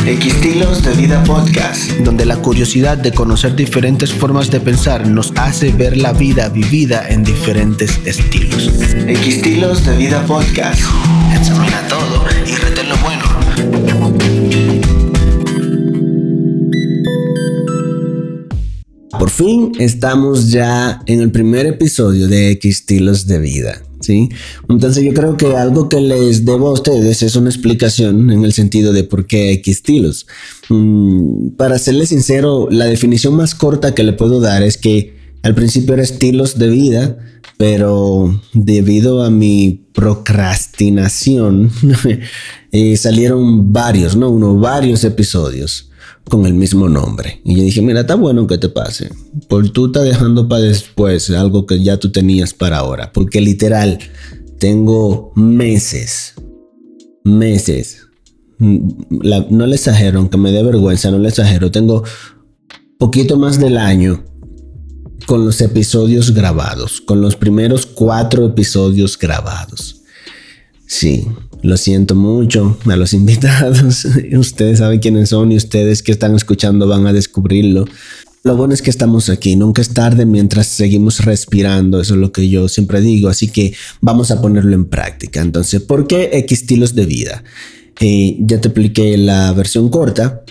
Estilos de Vida Podcast, donde la curiosidad de conocer diferentes formas de pensar nos hace ver la vida vivida en diferentes estilos. Estilos de Vida Podcast. Examina todo y retén lo bueno. Por fin estamos ya en el primer episodio de Estilos de Vida, ¿sí? Entonces yo creo que algo que les debo a ustedes es una explicación en el sentido de por qué estilos. Para serles sincero, la definición más corta que le puedo dar es que al principio era estilos de vida, pero debido a mi procrastinación salieron varios episodios con el mismo nombre. Y yo dije, mira, está bueno que te pase. Por tú estás dejando para después algo que ya tú tenías para ahora. Porque literal, tengo meses. No le exagero, aunque me dé vergüenza, no le exagero. Tengo poquito más del año con los episodios grabados. Con los primeros 4 episodios grabados. Sí, lo siento mucho a los invitados. Ustedes saben quiénes son y ustedes que están escuchando van a descubrirlo. Lo bueno es que estamos aquí. Nunca es tarde mientras seguimos respirando. Eso es lo que yo siempre digo. Así que vamos a ponerlo en práctica. Entonces, ¿por qué estilos de vida? Ya te expliqué la versión corta.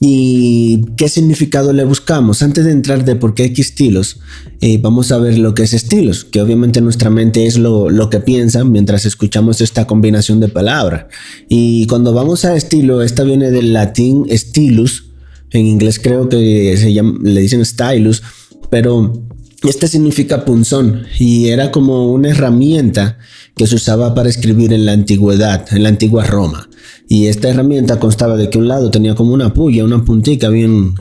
¿Y qué significado le buscamos? Antes de entrar de por qué estilos, vamos a ver lo que es estilos, que obviamente nuestra mente es lo que piensa mientras escuchamos esta combinación de palabras. Y cuando vamos a estilo, esta viene del latín stilus, en inglés creo que le dicen stylus, pero este significa punzón y era como una herramienta que se usaba para escribir en la antigüedad, en la antigua Roma. Y esta herramienta constaba de que un lado tenía como una puya, una puntica bien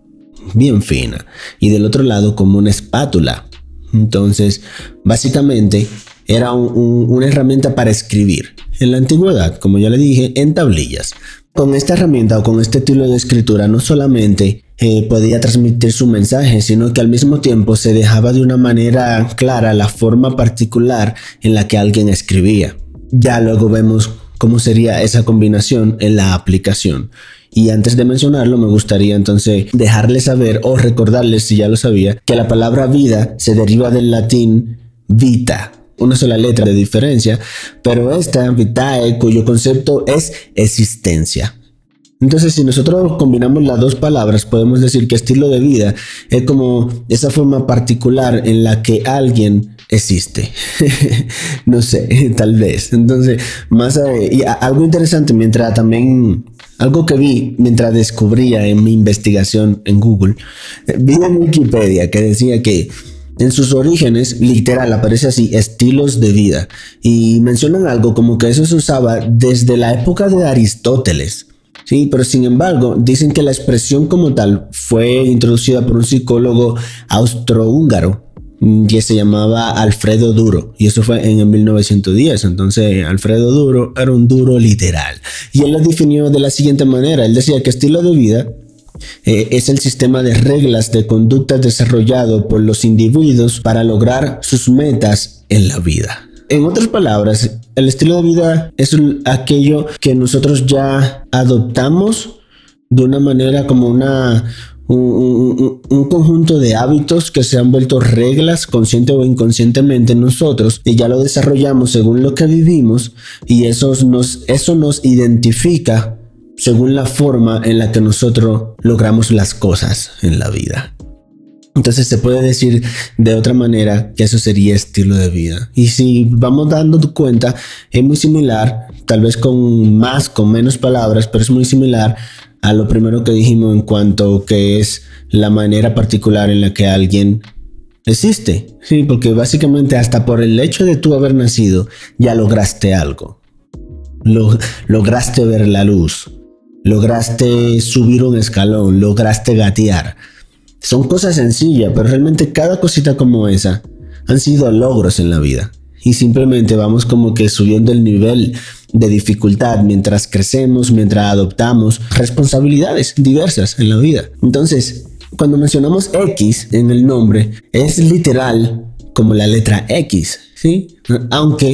fina, y del otro lado como una espátula. Entonces, básicamente era una herramienta para escribir en la antigüedad, como ya le dije, en tablillas. Con esta herramienta o con este estilo de escritura no solamente podía transmitir su mensaje, sino que al mismo tiempo se dejaba de una manera clara la forma particular en la que alguien escribía. Ya luego vemos cómo sería esa combinación en la aplicación. Y antes de mencionarlo, me gustaría entonces dejarles saber o recordarles, si ya lo sabía, que la palabra vida se deriva del latín vita. Una sola letra de diferencia, pero esta vitae, cuyo concepto es existencia. Entonces, si nosotros combinamos las dos palabras, podemos decir que estilo de vida es como esa forma particular en la que alguien existe. No sé, tal vez. Entonces, y algo interesante, algo que vi mientras descubría en mi investigación en Google, vi en Wikipedia que decía que en sus orígenes, literal, aparece así, estilos de vida. Y mencionan algo como que eso se usaba desde la época de Aristóteles. Sí, pero sin embargo, dicen que la expresión como tal fue introducida por un psicólogo austrohúngaro que se llamaba Alfredo Duro, y eso fue en 1910. Entonces Alfredo Duro era un duro literal, y él lo definió de la siguiente manera. Él decía que estilo de vida es el sistema de reglas de conducta desarrollado por los individuos para lograr sus metas en la vida. En otras palabras, el estilo de vida es aquello que nosotros ya adoptamos de una manera como un conjunto de hábitos que se han vuelto reglas consciente o inconscientemente en nosotros, y ya lo desarrollamos según lo que vivimos, y eso nos identifica según la forma en la que nosotros logramos las cosas en la vida. Entonces se puede decir de otra manera que eso sería estilo de vida. Y si vamos dando cuenta, es muy similar, tal vez con menos palabras, pero es muy similar a lo primero que dijimos en cuanto que es la manera particular en la que alguien existe. Sí, porque básicamente hasta por el hecho de tú haber nacido ya lograste algo. Lograste ver la luz, lograste subir un escalón, lograste gatear. Son cosas sencillas, pero realmente cada cosita como esa han sido logros en la vida. Y simplemente vamos como que subiendo el nivel de dificultad mientras crecemos, mientras adoptamos responsabilidades diversas en la vida. Entonces, cuando mencionamos X en el nombre, es literal como la letra X, ¿sí? Aunque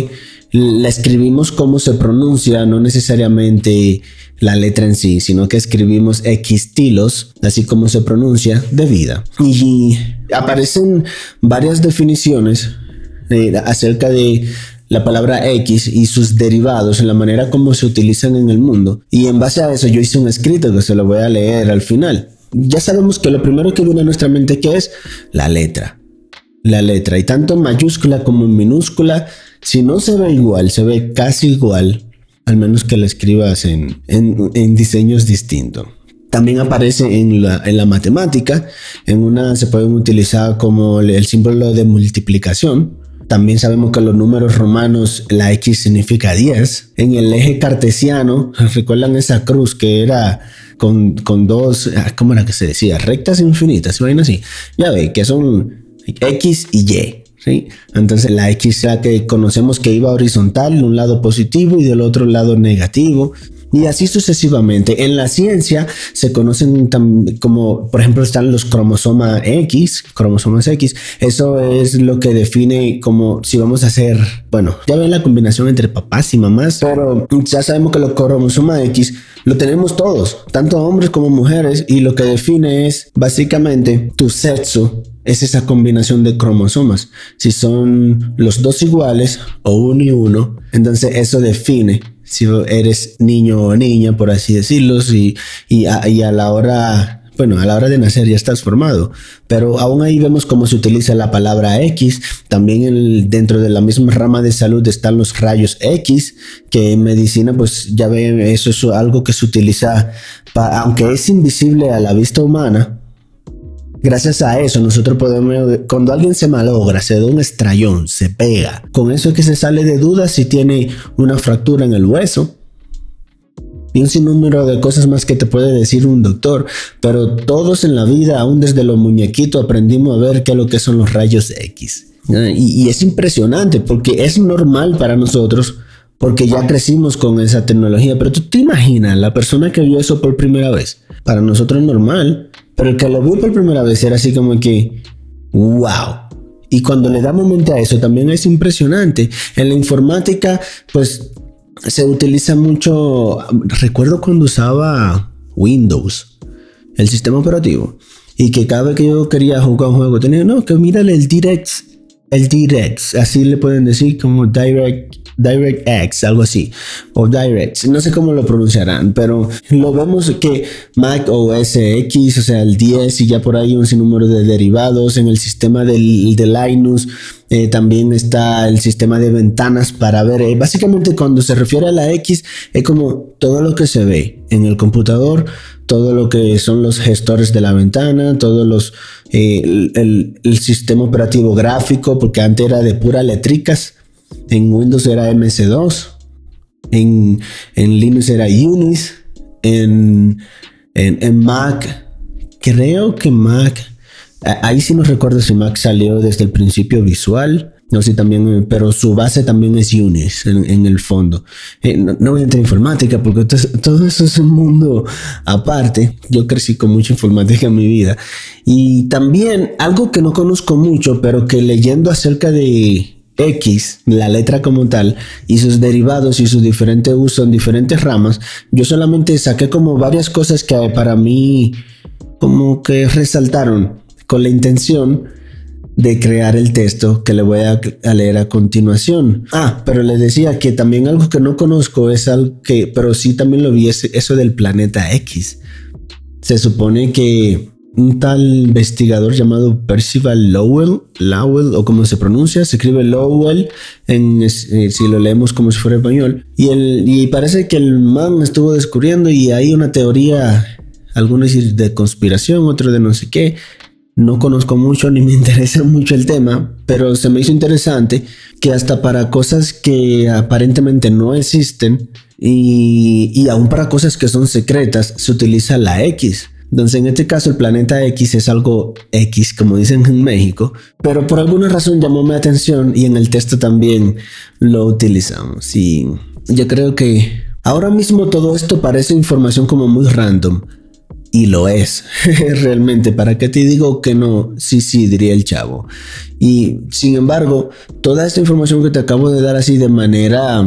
la escribimos como se pronuncia, no necesariamente la letra en sí, sino que escribimos Xtilos, así como se pronuncia, de vida. Y aparecen varias definiciones acerca de la palabra X y sus derivados, en la manera como se utilizan en el mundo. Y en base a eso yo hice un escrito que se lo voy a leer al final. Ya sabemos que lo primero que viene a nuestra mente, ¿qué es? La letra. La letra, y tanto en mayúscula como en minúscula, si no se ve igual, se ve casi igual, al menos que la escribas en diseños distintos. También aparece en la matemática. En una se pueden utilizar como el símbolo de multiplicación. También sabemos que los números romanos, la X significa 10. En el eje cartesiano, ¿recuerdan esa cruz que era con dos, ¿cómo era que se decía? Rectas infinitas, ¿se ven así? Ya ve, que son X y Y, ¿sí? Entonces la X es la que conocemos que iba horizontal, de un lado positivo y del otro lado negativo. Y así sucesivamente. En la ciencia se conocen como, por ejemplo, están los cromosomas X. Eso es lo que define como si vamos a hacer, bueno, ya ven la combinación entre papás y mamás, pero ya sabemos que los cromosomas X lo tenemos todos, tanto hombres como mujeres, y lo que define es básicamente tu sexo. Es esa combinación de cromosomas. Si son los dos iguales o uno y uno, entonces eso define si eres niño o niña, por así decirlo, y a la hora, bueno, a la hora de nacer ya estás formado. Pero aún ahí vemos cómo se utiliza la palabra X. También dentro de la misma rama de salud están los rayos X, que en medicina pues ya ven, eso es algo que se utiliza, aunque es invisible a la vista humana. Gracias a eso nosotros podemos, cuando alguien se malogra, se da un estrellón, se pega, con eso es que se sale de dudas si tiene una fractura en el hueso y un sinnúmero de cosas más que te puede decir un doctor. Pero todos en la vida, aún desde los muñequitos, aprendimos a ver qué es lo que son los rayos X. Y es impresionante porque es normal para nosotros, porque ya crecimos con esa tecnología. Pero tú te imaginas, la persona que vio eso por primera vez, para nosotros es normal, pero el que lo vio por primera vez era así como que wow. Y cuando le damos mente a eso también es impresionante. En la informática pues se utiliza mucho. Recuerdo cuando usaba Windows, el sistema operativo, y que cada vez que yo quería jugar un juego tenía, no, que mírale el DirectX, así le pueden decir, como DirectX, algo así, o Direct, no sé cómo lo pronunciarán, pero lo vemos que Mac OS X, o sea el 10, y ya por ahí un sinnúmero de derivados. En el sistema de Linux también está el sistema de ventanas para ver, básicamente cuando se refiere a la X es como todo lo que se ve en el computador, todo lo que son los gestores de la ventana, todos los el sistema operativo gráfico, porque antes era de puras letricas. En Windows era MC2, en Linux era Unix, en Mac, creo que Mac, ahí sí no recuerdo si Mac salió desde el principio visual, no sé también, pero su base también es Unix en el fondo. No voy a entrar en informática porque todo eso es un mundo aparte. Yo crecí con mucha informática en mi vida. Y también algo que no conozco mucho, pero que leyendo acerca de X, la letra como tal, y sus derivados y sus diferentes usos en diferentes ramas, yo solamente saqué como varias cosas que para mí como que resaltaron con la intención de crear el texto que le voy a leer a continuación. Pero les decía que también algo que no conozco es algo que, pero sí también lo vi, es eso del planeta X. Se supone que un tal investigador llamado Percival Lowell, o como se pronuncia, se escribe Lowell si lo leemos como si fuera español, y parece que el man estuvo descubriendo, y hay una teoría, algunos de conspiración, otros de no sé qué. No conozco mucho ni me interesa mucho el tema, pero se me hizo interesante que hasta para cosas que aparentemente no existen y aún para cosas que son secretas se utiliza la X. Entonces en este caso el planeta X es algo X, como dicen en México, pero por alguna razón llamó mi atención y en el texto también lo utilizamos. Y yo creo que ahora mismo todo esto parece información como muy random, Y lo es, realmente, ¿para qué te digo que no? Sí, diría el chavo. Y sin embargo, toda esta información que te acabo de dar así de manera,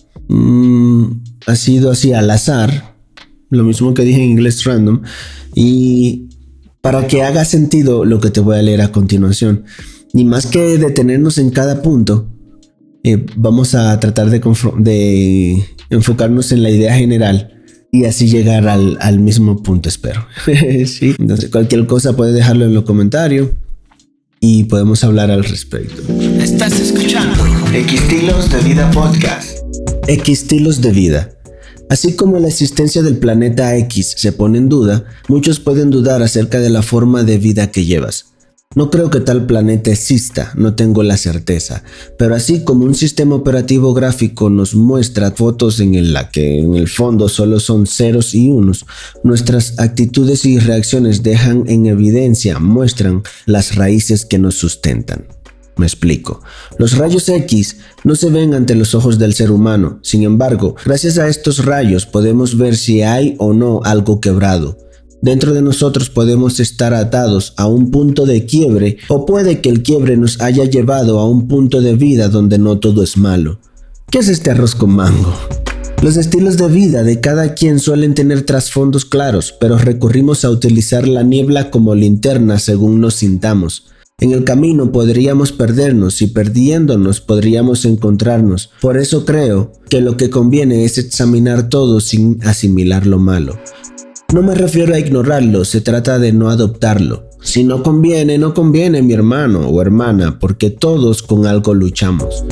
ha sido así al azar, lo mismo que dije en inglés random, y para que haga sentido lo que te voy a leer a continuación. Y más que detenernos en cada punto, vamos a tratar de enfocarnos en la idea general. Y así llegar al mismo punto, espero. Sí. Entonces, cualquier cosa puede dejarlo en los comentarios y podemos hablar al respecto. Estás escuchando Xtilos de Vida Podcast. Xtilos de Vida. Así como la existencia del planeta X se pone en duda, muchos pueden dudar acerca de la forma de vida que llevas. No creo que tal planeta exista, no tengo la certeza, pero así como un sistema operativo gráfico nos muestra fotos en la que en el fondo solo son ceros y unos, nuestras actitudes y reacciones dejan en evidencia, muestran las raíces que nos sustentan. Me explico. Los rayos X no se ven ante los ojos del ser humano, sin embargo, gracias a estos rayos podemos ver si hay o no algo quebrado. Dentro de nosotros podemos estar atados a un punto de quiebre o puede que el quiebre nos haya llevado a un punto de vida donde no todo es malo. ¿Qué es este arroz con mango? Los estilos de vida de cada quien suelen tener trasfondos claros, pero recurrimos a utilizar la niebla como linterna según nos sintamos. En el camino podríamos perdernos y perdiéndonos podríamos encontrarnos. Por eso creo que lo que conviene es examinar todo sin asimilar lo malo. No me refiero a ignorarlo, se trata de no adoptarlo. Si no conviene, no conviene, mi hermano o hermana, porque todos con algo luchamos.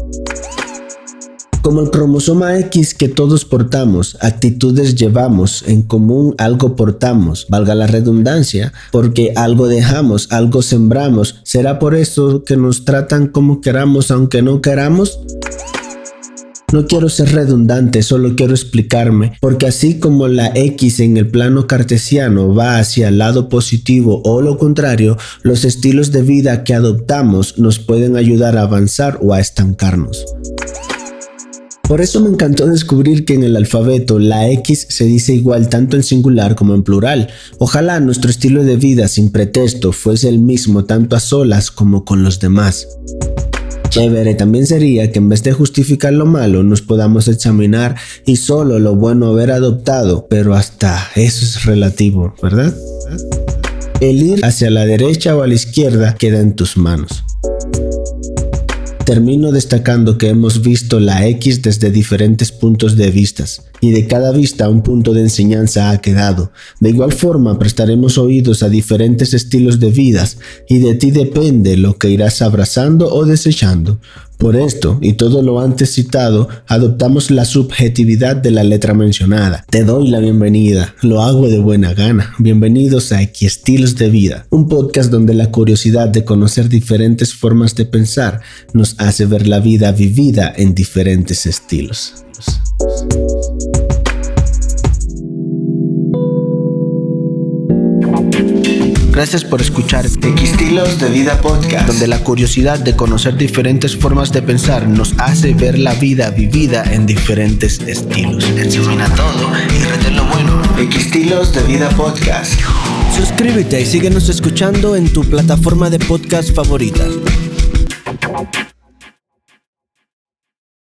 Como el cromosoma X que todos portamos, actitudes llevamos, en común algo portamos, valga la redundancia, porque algo dejamos, algo sembramos. ¿Será por eso que nos tratan como queramos aunque no queramos? No quiero ser redundante, solo quiero explicarme, porque así como la X en el plano cartesiano va hacia el lado positivo o lo contrario, los estilos de vida que adoptamos nos pueden ayudar a avanzar o a estancarnos. Por eso me encantó descubrir que en el alfabeto la X se dice igual tanto en singular como en plural. Ojalá nuestro estilo de vida sin pretexto fuese el mismo tanto a solas como con los demás. Chévere también sería que en vez de justificar lo malo nos podamos examinar y solo lo bueno haber adoptado, pero hasta eso es relativo, ¿verdad? El ir hacia la derecha o a la izquierda queda en tus manos. Termino destacando que hemos visto la X desde diferentes puntos de vista y de cada vista un punto de enseñanza ha quedado. De igual forma prestaremos oídos a diferentes estilos de vidas y de ti depende lo que irás abrazando o desechando. Por esto y todo lo antes citado, adoptamos la subjetividad de la letra mencionada. Te doy la bienvenida, lo hago de buena gana. Bienvenidos a Xtilos de Vida, un podcast donde la curiosidad de conocer diferentes formas de pensar nos hace ver la vida vivida en diferentes estilos. Gracias por escuchar Xtilos de Vida Podcast, donde la curiosidad de conocer diferentes formas de pensar nos hace ver la vida vivida en diferentes estilos. Examina todo y retén lo bueno. Xtilos de Vida Podcast. Suscríbete y síguenos escuchando en tu plataforma de podcast favorita.